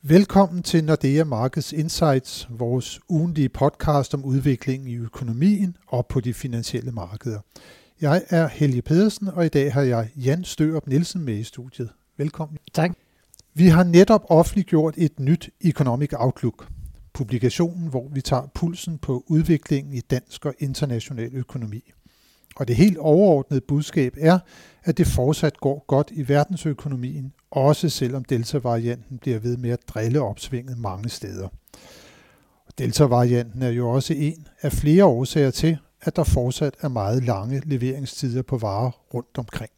Velkommen til Nordea Markets Insights, vores ugentlige podcast om udviklingen i økonomien og på de finansielle markeder. Jeg er Helge Pedersen, og i dag har jeg Jan Størup Nielsen med i studiet. Velkommen. Tak. Vi har netop offentliggjort et nyt Economic Outlook, publikationen, hvor vi tager pulsen på udviklingen i dansk og international økonomi. Og det helt overordnede budskab er, at det fortsat går godt i verdensøkonomien, også selvom Delta-varianten bliver ved med at drille opsvinget mange steder. Delta-varianten er jo også en af flere årsager til, at der fortsat er meget lange leveringstider på varer rundt omkring.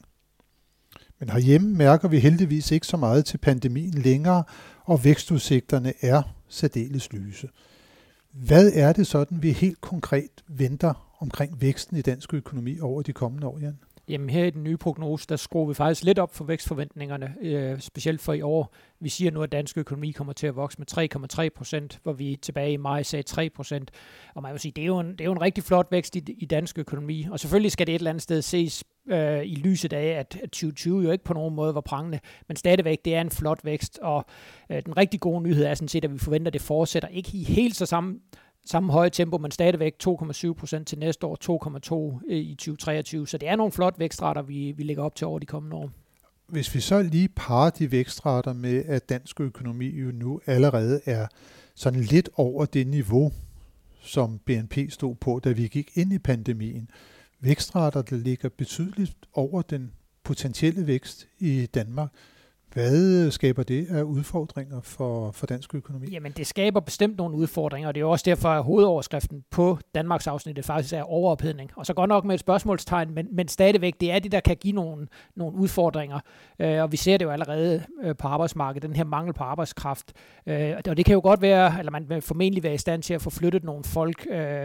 Men herhjemme mærker vi heldigvis ikke så meget til pandemien længere, og vækstudsigterne er særdeles lyse. Hvad er det sådan, vi helt konkret venter omkring væksten i dansk økonomi over de kommende år, Jan? Jamen her i den nye prognose, der skruer vi faktisk lidt op for vækstforventningerne, specielt for i år. Vi siger nu, at dansk økonomi kommer til at vokse med 3,3%, hvor vi tilbage i maj sagde 3%. Og man vil sige, det er jo en rigtig flot vækst i dansk økonomi. Og selvfølgelig skal det et eller andet sted ses i lyset af, at 2020 jo ikke på nogen måde var prangende, men stadigvæk, det er en flot vækst. Og den rigtig gode nyhed er sådan set, at vi forventer, at det fortsætter ikke i helt så samme høje tempo, men stadigvæk 2,7% til næste år, 2,2% i 2023. Så det er nogle flot vækstrater, vi lægger op til over de kommende år. Hvis vi så lige parer de vækstrater med, at dansk økonomi jo nu allerede er sådan lidt over det niveau, som BNP stod på, da vi gik ind i pandemien. Vækstrater, der ligger betydeligt over den potentielle vækst i Danmark. Hvad skaber det af udfordringer for dansk økonomi? Jamen, det skaber bestemt nogle udfordringer, og det er jo også derfor, at hovedoverskriften på Danmarks afsnit faktisk er overophedning. Og så godt nok med et spørgsmålstegn, men stadigvæk, det er det, der kan give nogle udfordringer. Og vi ser det jo allerede på arbejdsmarkedet, den her mangel på arbejdskraft. Og det kan jo godt være, eller man vil formentlig være i stand til at få flyttet nogle folk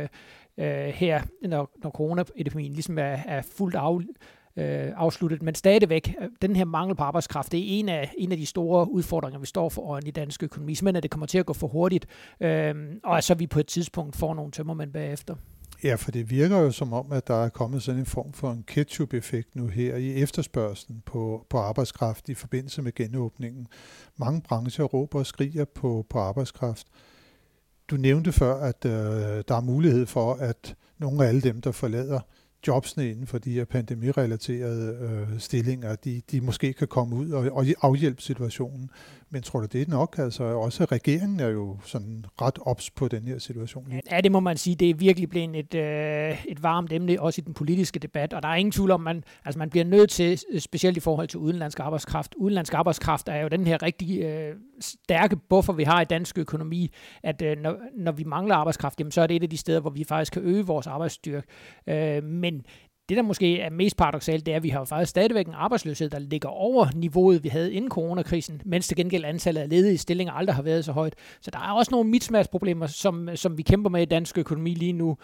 her, når coronaepidemien ligesom er fuldt afsluttet, men stadigvæk, den her mangel på arbejdskraft, det er en af de store udfordringer, vi står for i dansk økonomi, men at det kommer til at gå for hurtigt, og så vi på et tidspunkt får nogle tømmermænd bagefter. Ja, for det virker jo som om, at der er kommet sådan en form for en ketchup-effekt nu her i efterspørgslen på arbejdskraft i forbindelse med genåbningen. Mange brancher råber og skriger på arbejdskraft. Du nævnte før, at der er mulighed for, at nogle af alle dem, der forlader jobsne inden for de her pandemirelaterede stillinger, de måske kan komme ud og afhjælpe situationen. Men tror du, det er nok? Altså også regeringen er jo sådan ret ops på den her situation. Ja, det må man sige. Det er virkelig blevet et varmt emne, også i den politiske debat. Og der er ingen tvivl om, man bliver nødt til, specielt i forhold til udenlandsk arbejdskraft. Udenlandsk arbejdskraft er jo den her rigtig stærke buffer, vi har i dansk økonomi, at når vi mangler arbejdskraft, jamen, så er det et af de steder, hvor vi faktisk kan øge vores arbejdsstyrke. Men det, der måske er mest paradoksalt, det er, at vi har faktisk stadigvæk en arbejdsløshed, der ligger over niveauet, vi havde inden coronakrisen, mens til gengæld antallet af ledige stillinger aldrig har været så højt. Så der er også nogle mismatch-problemer, som vi kæmper med i dansk økonomi lige nu.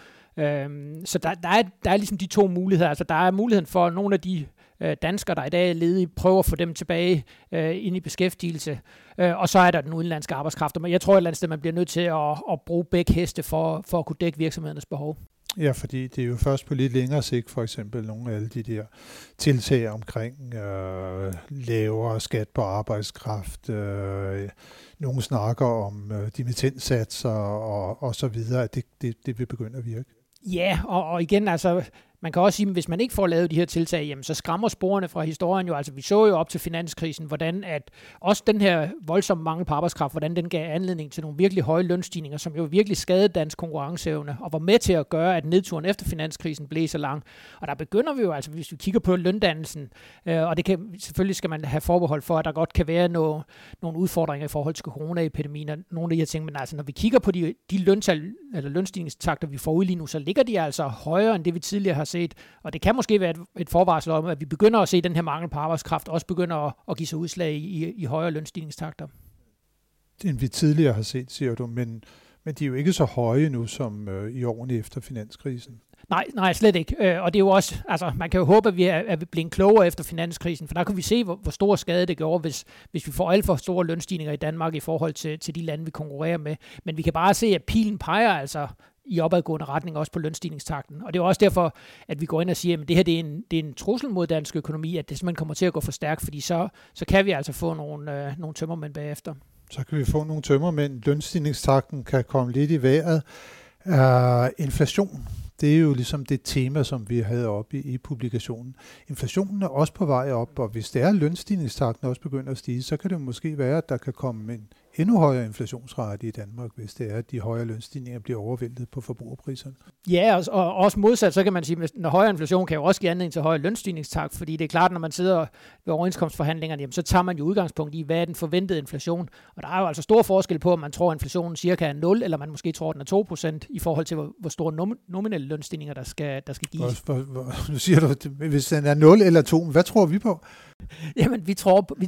Så der er ligesom de to muligheder. Altså, der er muligheden for nogle af de danskere, der i dag er ledige, prøver at få dem tilbage ind i beskæftigelse. Og så er der den udenlandske arbejdskraft. Men jeg tror et eller andet sted, man bliver nødt til at bruge begge heste for at kunne dække virksomhedernes behov. Ja, fordi det er jo først på lidt længere sigt, for eksempel nogle af alle de der tiltag omkring lavere skat på arbejdskraft, nogle snakker om dimittendsatser og så videre, at det vil begynde at virke. Ja, og igen, altså, man kan også sige, at hvis man ikke får lavet de her tiltag, jamen, så skræmmer sporene fra historien jo. Altså, vi så jo op til finanskrisen, hvordan at også den her voldsomme mangel på arbejdskraft, hvordan den gav anledning til nogle virkelig høje lønstigninger, som jo virkelig skadede dansk konkurrenceevne, og var med til at gøre, at nedturen efter finanskrisen blev så lang. Og der begynder vi jo, altså hvis vi kigger på løndannelsen, og det kan, selvfølgelig skal man have forbehold for, at der godt kan være nogle udfordringer i forhold til coronaepidemien og nogle af de her ting, men altså, når vi kigger på de lønstigningstakter, vi får ud lige nu, så ligger de altså højere end det, vi tidligere har set, og det kan måske være et forvarsel om, at vi begynder at se den her mangel på arbejdskraft, også begynder at give sig udslag i højere lønstigningstakter. End vi tidligere har set, siger du, men de er jo ikke så høje nu som i årene efter finanskrisen. Nej, slet ikke. Og det er jo også, altså man kan jo håbe, at vi er blevet klogere efter finanskrisen, for der kan vi se, hvor stor skade det gjorde, hvis vi får alt for store lønstigninger i Danmark i forhold til de lande, vi konkurrerer med. Men vi kan bare se, at pilen peger altså i opadgående retning også på lønstigningstakten. Og det er også derfor, at vi går ind og siger, at det her det er en trussel mod dansk økonomi, at det simpelthen kommer til at gå for stærkt, fordi så kan vi altså få nogle tømmermænd bagefter. Så kan vi få nogle tømmermænd. Lønstigningstakten kan komme lidt i vejret. Inflation, det er jo ligesom det tema, som vi havde oppe i publikationen. Inflationen er også på vej op, og hvis det er lønstigningstakten også begynder at stige, så kan det måske være, at der kan komme en endnu højere inflationsrate i Danmark, hvis det er, at de højere lønstigninger bliver overvæltet på forbrugerpriserne. Ja, og også modsat, så kan man sige, at når højere inflation kan jo også give anledning til højere lønstigningstakt, fordi det er klart, når man sidder ved overenskomstforhandlingerne, jamen, så tager man jo udgangspunkt i, hvad er den forventede inflation. Og der er jo altså stor forskel på, om man tror, at inflationen cirka er 0, eller man måske tror, at den er 2%, i forhold til, hvor store nominelle lønstigninger, der skal gives. Nu siger du, hvis den er 0 eller 2, hvad tror vi på? Jamen, vi tror på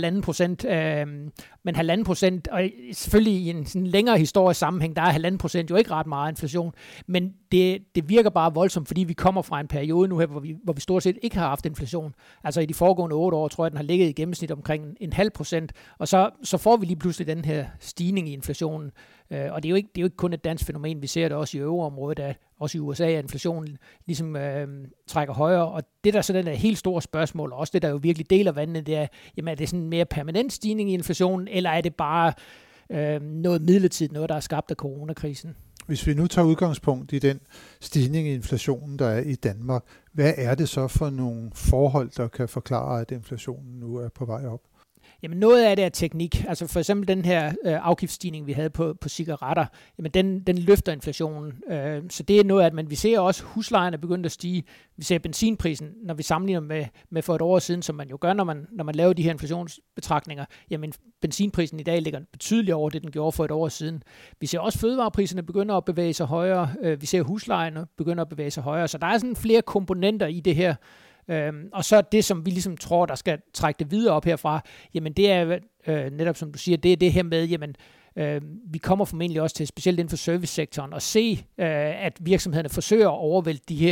1,5%, men 1,5%, og selvfølgelig i en sådan længere historisk sammenhæng, der er 1,5% jo ikke ret meget inflation, men det virker bare voldsomt, fordi vi kommer fra en periode nu her, hvor vi stort set ikke har haft inflation. Altså i de foregående 8 år, tror jeg, den har ligget i gennemsnit omkring 0,5%, og så får vi lige pludselig den her stigning i inflationen. Og det er jo ikke kun et dansk fænomen, vi ser det også i euroområdet, at også i USA, at inflationen ligesom trækker højere. Og det der så den er helt store spørgsmål, og også det der jo virkelig deler vandene, det er, jamen er det sådan en mere permanent stigning i inflationen, eller er det bare noget midlertidigt, noget der er skabt af coronakrisen? Hvis vi nu tager udgangspunkt i den stigning i inflationen, der er i Danmark, hvad er det så for nogle forhold, der kan forklare, at inflationen nu er på vej op? Jamen noget af det er teknik. Altså for eksempel den her afgiftsstigning, vi havde på cigaretter, jamen den løfter inflationen. Så det er noget af det, men vi ser også, huslejerne begyndt at stige. Vi ser benzinprisen, når vi sammenligner med for et år siden, som man jo gør, når man laver de her inflationsbetragtninger. Jamen benzinprisen i dag ligger betydeligt over det, den gjorde for et år siden. Vi ser også fødevarepriserne begynder at bevæge sig højere. Vi ser huslejerne begynder at bevæge sig højere. Så der er sådan flere komponenter i det her. Og så det, som vi ligesom tror, der skal trække det videre op herfra, jamen det er netop som du siger, det er det her med, jamen vi kommer formentlig også til, specielt inden for servicesektoren, at se, at virksomhederne forsøger at overvælte de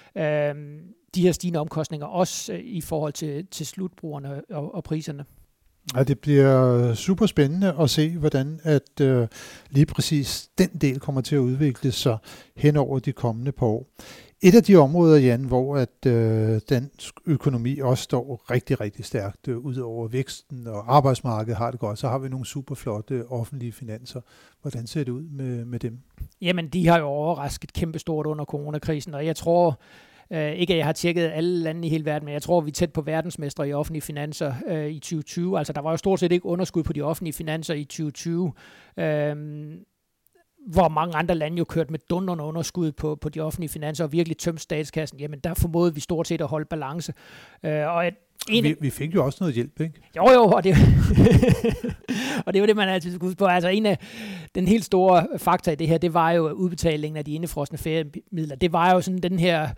her stigende omkostninger, også i forhold til slutbrugerne og priserne. Ja, det bliver super spændende at se, hvordan at lige præcis den del kommer til at udvikle sig hen over de kommende par år. Et af de områder, Jan, hvor at dansk økonomi også står rigtig, rigtig stærkt ud over væksten, og arbejdsmarkedet har det godt, så har vi nogle super flotte offentlige finanser. Hvordan ser det ud med dem? Jamen, de har jo overrasket kæmpestort under coronakrisen, og jeg tror, ikke at jeg har tjekket alle lande i hele verden, men jeg tror, vi er tæt på verdensmestre i offentlige finanser i 2020. Altså, der var jo stort set ikke underskud på de offentlige finanser i 2020. Hvor mange andre lande jo kørt med dundrende underskud på de offentlige finanser og virkelig tømt statskassen, jamen der formåede vi stort set at holde balance. Vi fik jo også noget hjælp, ikke? Jo, og det og det er jo det, man altid skal huske på. Altså en af den helt store faktor i det her, det var jo udbetalingen af de indefrosne feriemidler. Det var jo sådan den her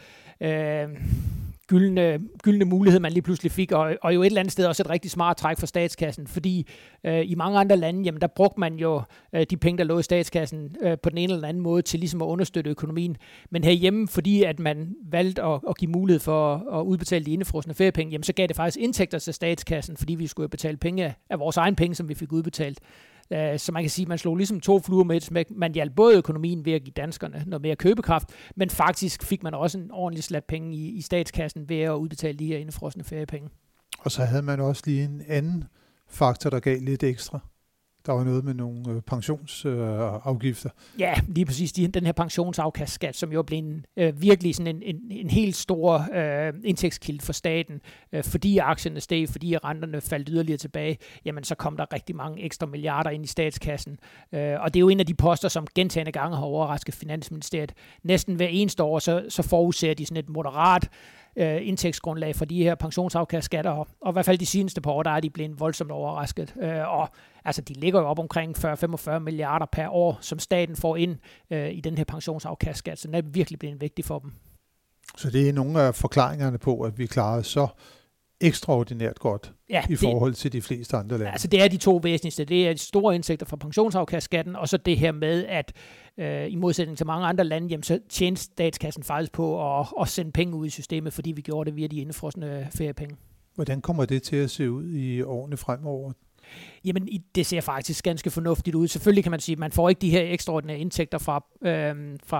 gyldne mulighed, man lige pludselig fik, og jo et eller andet sted også et rigtig smart træk for statskassen, fordi i mange andre lande, jamen der brugte man jo de penge, der lå i statskassen på den ene eller anden måde til ligesom at understøtte økonomien. Men herhjemme, fordi at man valgte at give mulighed for at udbetale de indefrosne feriepenge, jamen så gav det faktisk indtægter til statskassen, fordi vi skulle betale penge af vores egen penge, som vi fik udbetalt. Så man kan sige, at man slog ligesom 2 fluer med et smæk. Man hjalp både økonomien ved at give danskerne noget mere købekraft, men faktisk fik man også en ordentlig slat penge i statskassen ved at udbetale de her indefrosne feriepenge. Og så havde man også lige en anden faktor, der gav lidt ekstra. Der var noget med nogle pensionsafgifter. Ja, lige præcis. Den her pensionsafkastskat, som jo blev virkelig sådan en helt stor indtægtskilde for staten, fordi aktierne steg, fordi renterne faldt yderligere tilbage, jamen så kom der rigtig mange ekstra milliarder ind i statskassen. Og det er jo en af de poster, som gentagne gange har overrasket Finansministeriet. Næsten hver eneste år, så forudser de sådan et moderat indtægtsgrundlag for de her pensionsafkastskatter, og i hvert fald de seneste par år, der er de blevet voldsomt overrasket. Og altså, de ligger jo op omkring 40-45 milliarder per år, som staten får ind i den her pensionsafkastskat, så den er virkelig blevet vigtig for dem. Så det er nogle af forklaringerne på, at vi klarer så ekstraordinært godt i forhold til de fleste andre lande. Altså det er de 2 væsentligste. Det er de store indtægter fra pensionsafkastskatten, og så det her med, at i modsætning til mange andre lande, jamen, så tjente statskassen faktisk på at sende penge ud i systemet, fordi vi gjorde det via de indefrosne feriepenge. Hvordan kommer det til at se ud i årene fremover? Jamen, det ser faktisk ganske fornuftigt ud. Selvfølgelig kan man sige, at man får ikke de her ekstraordinære indtægter fra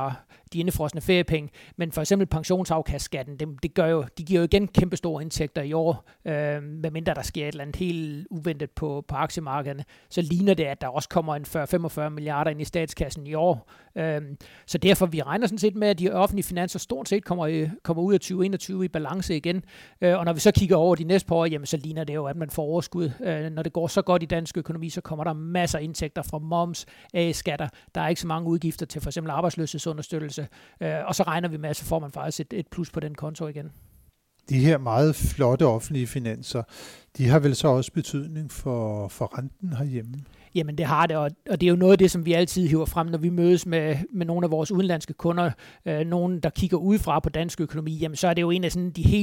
de indefrosne feriepenge, men for eksempel pensionsafkastskatten, de giver jo igen kæmpe store indtægter i år, medmindre der sker et eller andet helt uventet på aktiemarkederne, så ligner det, at der også kommer en 40-45 milliarder ind i statskassen i år. Så derfor, vi regner sådan set med, at de offentlige finanser stort set kommer ud af 2021 i balance igen, og når vi så kigger over de næste par år, jamen, så ligner det jo, at man får overskud. Når det går så godt i dansk økonomi, så kommer der masser af indtægter fra moms, A-skatter, der er ikke så mange udgifter til for eksempel arbejdsløshedsunderstøttelse, og så regner vi med, at så får man faktisk et plus på den konto igen. De her meget flotte offentlige finanser, de har vel så også betydning for renten herhjemme? Jamen det har det, og det er jo noget af det, som vi altid hiver frem, når vi mødes med nogle af vores udenlandske kunder, nogen der kigger udefra på dansk økonomi, jamen så er det jo en af sådan de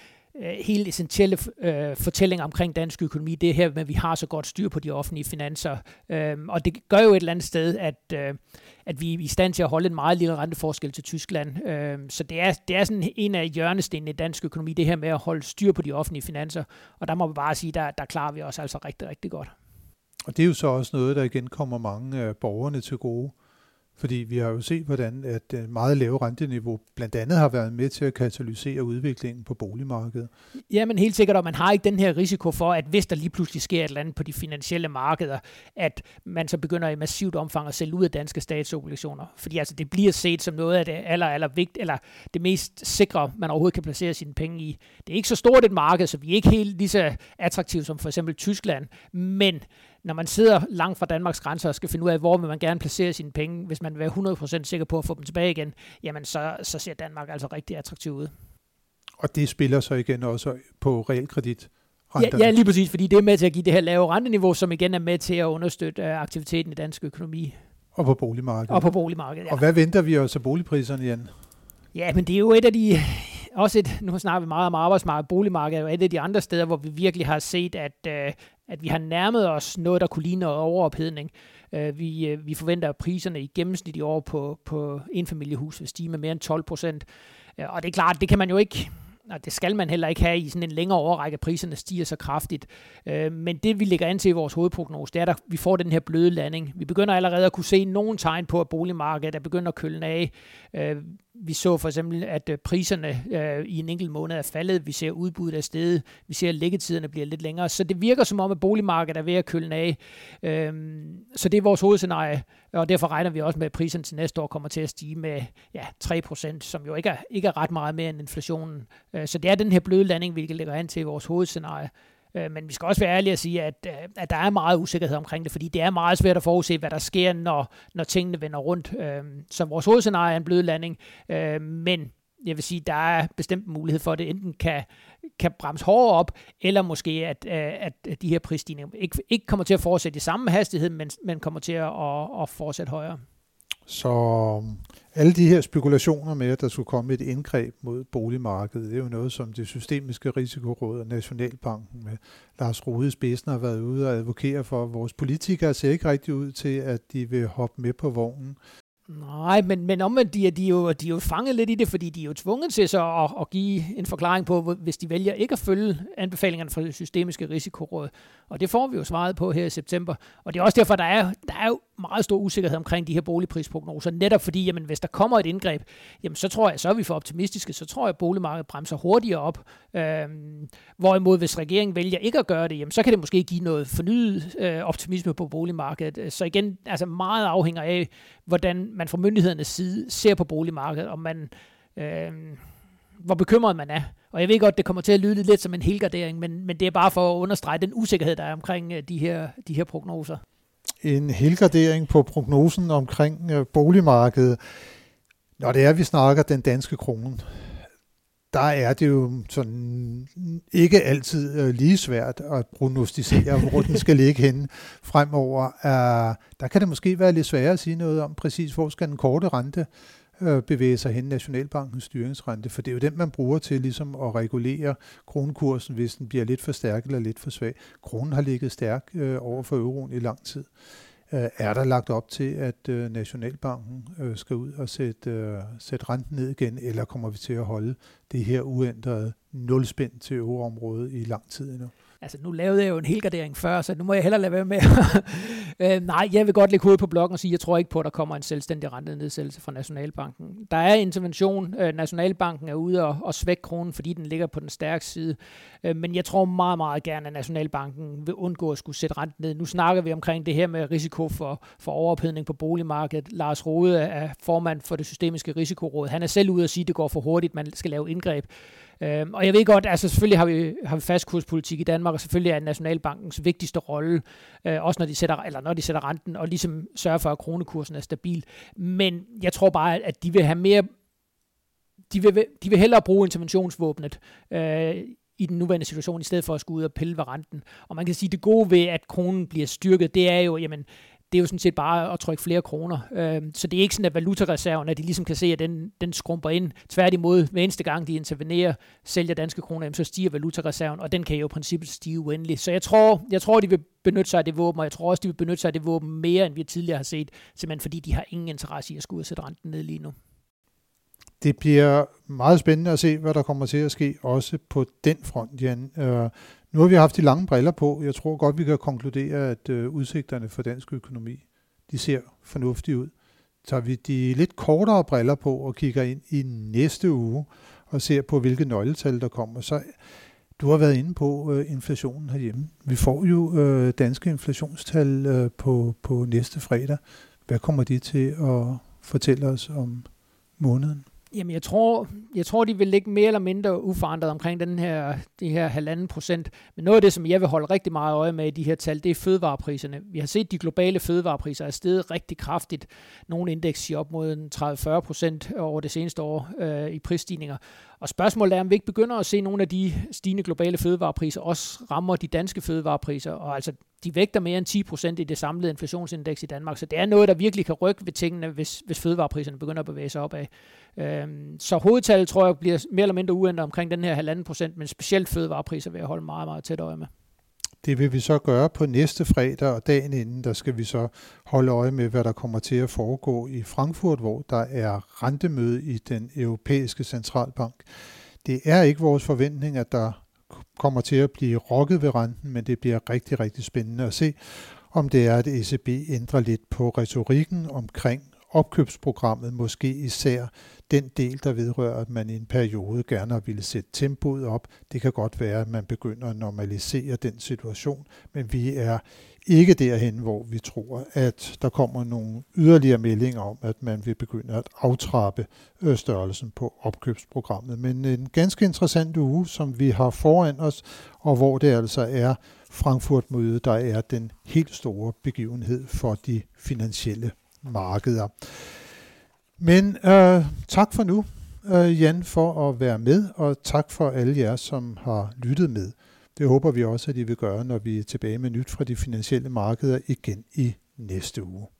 helt essentielle fortællinger omkring dansk økonomi, det her med, at vi har så godt styr på de offentlige finanser. Og det gør jo et eller andet sted, at vi er i stand til at holde en meget lille renteforskel til Tyskland. Så det er sådan en af hjørnestenene i dansk økonomi, det her med at holde styr på de offentlige finanser. Og der må vi bare sige, der klarer vi os altså rigtig, rigtig godt. Og det er jo så også noget, der igen kommer mange af borgerne til gode. Fordi vi har jo set, hvordan et meget lave renteniveau blandt andet har været med til at katalysere udviklingen på boligmarkedet. Ja, men helt sikkert, og man har ikke den her risiko for, at hvis der lige pludselig sker et eller andet på de finansielle markeder, at man så begynder i massivt omfang at sælge ud af danske statsobligationer. Fordi altså, det bliver set som noget af det aller vigtigt, eller det mest sikre, man overhovedet kan placere sine penge i. Det er ikke så stort et marked, så vi er ikke helt lige så attraktive som for eksempel Tyskland, men når man sidder langt fra Danmarks grænser og skal finde ud af, hvor vil man gerne placere sine penge, hvis man vil være 100% sikker på at få dem tilbage igen, jamen så ser Danmark altså rigtig attraktiv ud. Og det spiller så igen også på realkredit. Ja, lige præcis, fordi det er med til at give det her lave renteniveau, som igen er med til at understøtte aktiviteten i dansk økonomi. Og på boligmarkedet. Ja. Og hvad venter vi os af boligpriserne, Jan? Ja, men det er jo et af de... Nu snakker vi meget om arbejdsmarkedet, boligmarkedet, og et af de andre steder, hvor vi virkelig har set, at vi har nærmet os noget, der kunne ligne noget overophedning. Vi forventer, at priserne i gennemsnit i år på enfamiliehus vil stige med mere end 12%. Og det er klart, det kan man jo ikke... Og det skal man heller ikke have i sådan en længere overrække, priserne stiger så kraftigt. Men det, vi lægger an til i vores hovedprognose, det er, at vi får den her bløde landing. Vi begynder allerede at kunne se nogle tegn på, at boligmarkedet er begyndt at køle af. Vi så for eksempel, at priserne i en enkelt måned er faldet. Vi ser udbuddet af stedet. Vi ser, at liggetiderne bliver lidt længere. Så det virker som om, at boligmarkedet er ved at køle af. Så det er vores hovedscenarie. Og derfor regner vi også med, at priserne til næste år kommer til at stige med 3%, som jo ikke er ret meget mere end inflationen. Så det er den her bløde landing, vi lægger an til i vores hovedscenarie. Men vi skal også være ærlige at sige, at der er meget usikkerhed omkring det, fordi det er meget svært at forudse, hvad der sker, når tingene vender rundt. Så vores hovedscenarie er en blød landing, men jeg vil sige, der er bestemt mulighed for, at det enten kan bremse hårdere op, eller måske, at de her prisstigninger ikke kommer til at fortsætte i samme hastighed, men kommer til at fortsætte højere. Så alle de her spekulationer med, at der skulle komme et indgreb mod boligmarkedet, det er jo noget, som det systemiske risikoråd og Nationalbanken med Lars Rode i spidsen har været ude og advokere for. Vores politikere ser ikke rigtig ud til, at de vil hoppe med på vognen. Nej, men omvendt, de er jo fanget lidt i det, fordi de er jo tvunget til så at give en forklaring på, hvis de vælger ikke at følge anbefalingerne fra det systemiske risikoråd. Og det får vi jo svaret på her i september. Og det er også derfor, der er jo meget stor usikkerhed omkring de her boligprisprognoser. Netop fordi, jamen, hvis der kommer et indgreb, jamen, så er vi for optimistiske. Så tror jeg, at boligmarkedet bremser hurtigere op. Hvorimod, hvis regeringen vælger ikke at gøre det, jamen, så kan det måske give noget fornyet optimisme på boligmarkedet. Så igen, altså meget afhænger af, hvordan man fra myndighedernes side ser på boligmarkedet, om man, hvor bekymret man er. Og jeg ved godt, det kommer til at lyde lidt som en helgardering, men det er bare for at understrege den usikkerhed, der er omkring de her prognoser. En helgardering på prognosen omkring boligmarkedet. Når det er, vi snakker den danske krone, der er det jo sådan ikke altid lige svært at prognostisere, hvor den skal ligge henne fremover. Der kan det måske være lidt sværere at sige noget om præcis, hvor skal den korte rente bevæge sig hen, Nationalbankens styringsrente, for det er jo den, man bruger til ligesom at regulere kronekursen, hvis den bliver lidt for stærk eller lidt for svag. Kronen har ligget stærk over for euroen i lang tid. Er der lagt op til, at Nationalbanken skal ud og sætte renten ned igen, eller kommer vi til at holde det her uændrede nulspænd til euroområdet i lang tid endnu? Altså, nu lavede jeg jo en helgardering før, så nu må jeg hellere lade være med. Nej, jeg vil godt lægge hovedet på blokken og sige, at jeg tror ikke på, at der kommer en selvstændig rentenedsættelse fra Nationalbanken. Der er intervention. Nationalbanken er ude og svække kronen, fordi den ligger på den stærke side. Men jeg tror meget, meget gerne, at Nationalbanken vil undgå at skulle sætte renten ned. Nu snakker vi omkring det her med risiko for overophedning på boligmarkedet. Lars Rode er formand for det systemiske risikoråd. Han er selv ude at sige, at det går for hurtigt, man skal lave indgreb. Og jeg ved godt, altså selvfølgelig har vi fastkurspolitik i Danmark, og selvfølgelig er Nationalbankens vigtigste rolle, også når de sætter renten, og ligesom sørger for, at kronekursen er stabil. Men jeg tror bare, at de vil have mere, de vil hellere bruge interventionsvåbnet i den nuværende situation, i stedet for at skulle ud og pille ved renten. Og man kan sige, at det gode ved, at kronen bliver styrket, det er jo, det er jo sådan set bare at trykke flere kroner. Så det er ikke sådan, at valutareserven, at de ligesom kan se, at den skrumper ind. Tværtimod, hver eneste gang de intervenerer, sælger danske kroner, så stiger valutareserven, og den kan jo i princippet stige uendeligt. Så jeg tror, de vil benytte sig af det våben, og jeg tror også, de vil benytte sig af det våben mere, end vi tidligere har set, simpelthen fordi de har ingen interesse i at skulle ud og sætte renten ned lige nu. Det bliver meget spændende at se, hvad der kommer til at ske, også på den front, Jan. Nu har vi haft de lange briller på. Jeg tror godt, vi kan konkludere, at udsigterne for dansk økonomi, de ser fornuftige ud. Tager vi de lidt kortere briller på og kigger ind i næste uge og ser på, hvilke nøgletal der kommer, så du har været inde på inflationen herhjemme. Vi får jo danske inflationstal på næste fredag. Hvad kommer de til at fortælle os om måneden? Jamen, jeg tror, de vil ligge mere eller mindre uforandret omkring de her 1,5%. Men noget af det, som jeg vil holde rigtig meget øje med i de her tal, det er fødevarepriserne. Vi har set, de globale fødevarepriser er steget rigtig kraftigt. Nogle indeks siger op mod 30-40% over det seneste år i prisstigninger. Og spørgsmålet er, om vi ikke begynder at se nogle af de stigende globale fødevarepriser også rammer de danske fødevarepriser. Og altså, de vægter mere end 10% i det samlede inflationsindeks i Danmark. Så det er noget, der virkelig kan rykke ved tingene, hvis fødevarepriserne begynder at bevæge sig opad. Så hovedtallet tror jeg bliver mere eller mindre uændret omkring den her 1,5%, men specielt fødevarepriser vil jeg holde meget, meget tæt øje med. Det vil vi så gøre på næste fredag, og dagen inden, der skal vi så holde øje med, hvad der kommer til at foregå i Frankfurt, hvor der er rentemøde i den europæiske centralbank. Det er ikke vores forventning, at der kommer til at blive rokket ved renten, men det bliver rigtig, rigtig spændende at se, om det er, at ECB ændrer lidt på retorikken omkring opkøbsprogrammet, måske især den del, der vedrører, at man i en periode gerne har ville sætte tempoet op. Det kan godt være, at man begynder at normalisere den situation, men vi er ikke derhen, hvor vi tror, at der kommer nogle yderligere meldinger om, at man vil begynde at aftrappe størrelsen på opkøbsprogrammet. Men en ganske interessant uge, som vi har foran os, og hvor det altså er Frankfurt-mødet, der er den helt store begivenhed for de finansielle markeder. Men tak for nu, Jan, for at være med, og tak for alle jer, som har lyttet med. Det håber vi også, at I vil gøre, når vi er tilbage med nyt fra de finansielle markeder igen i næste uge.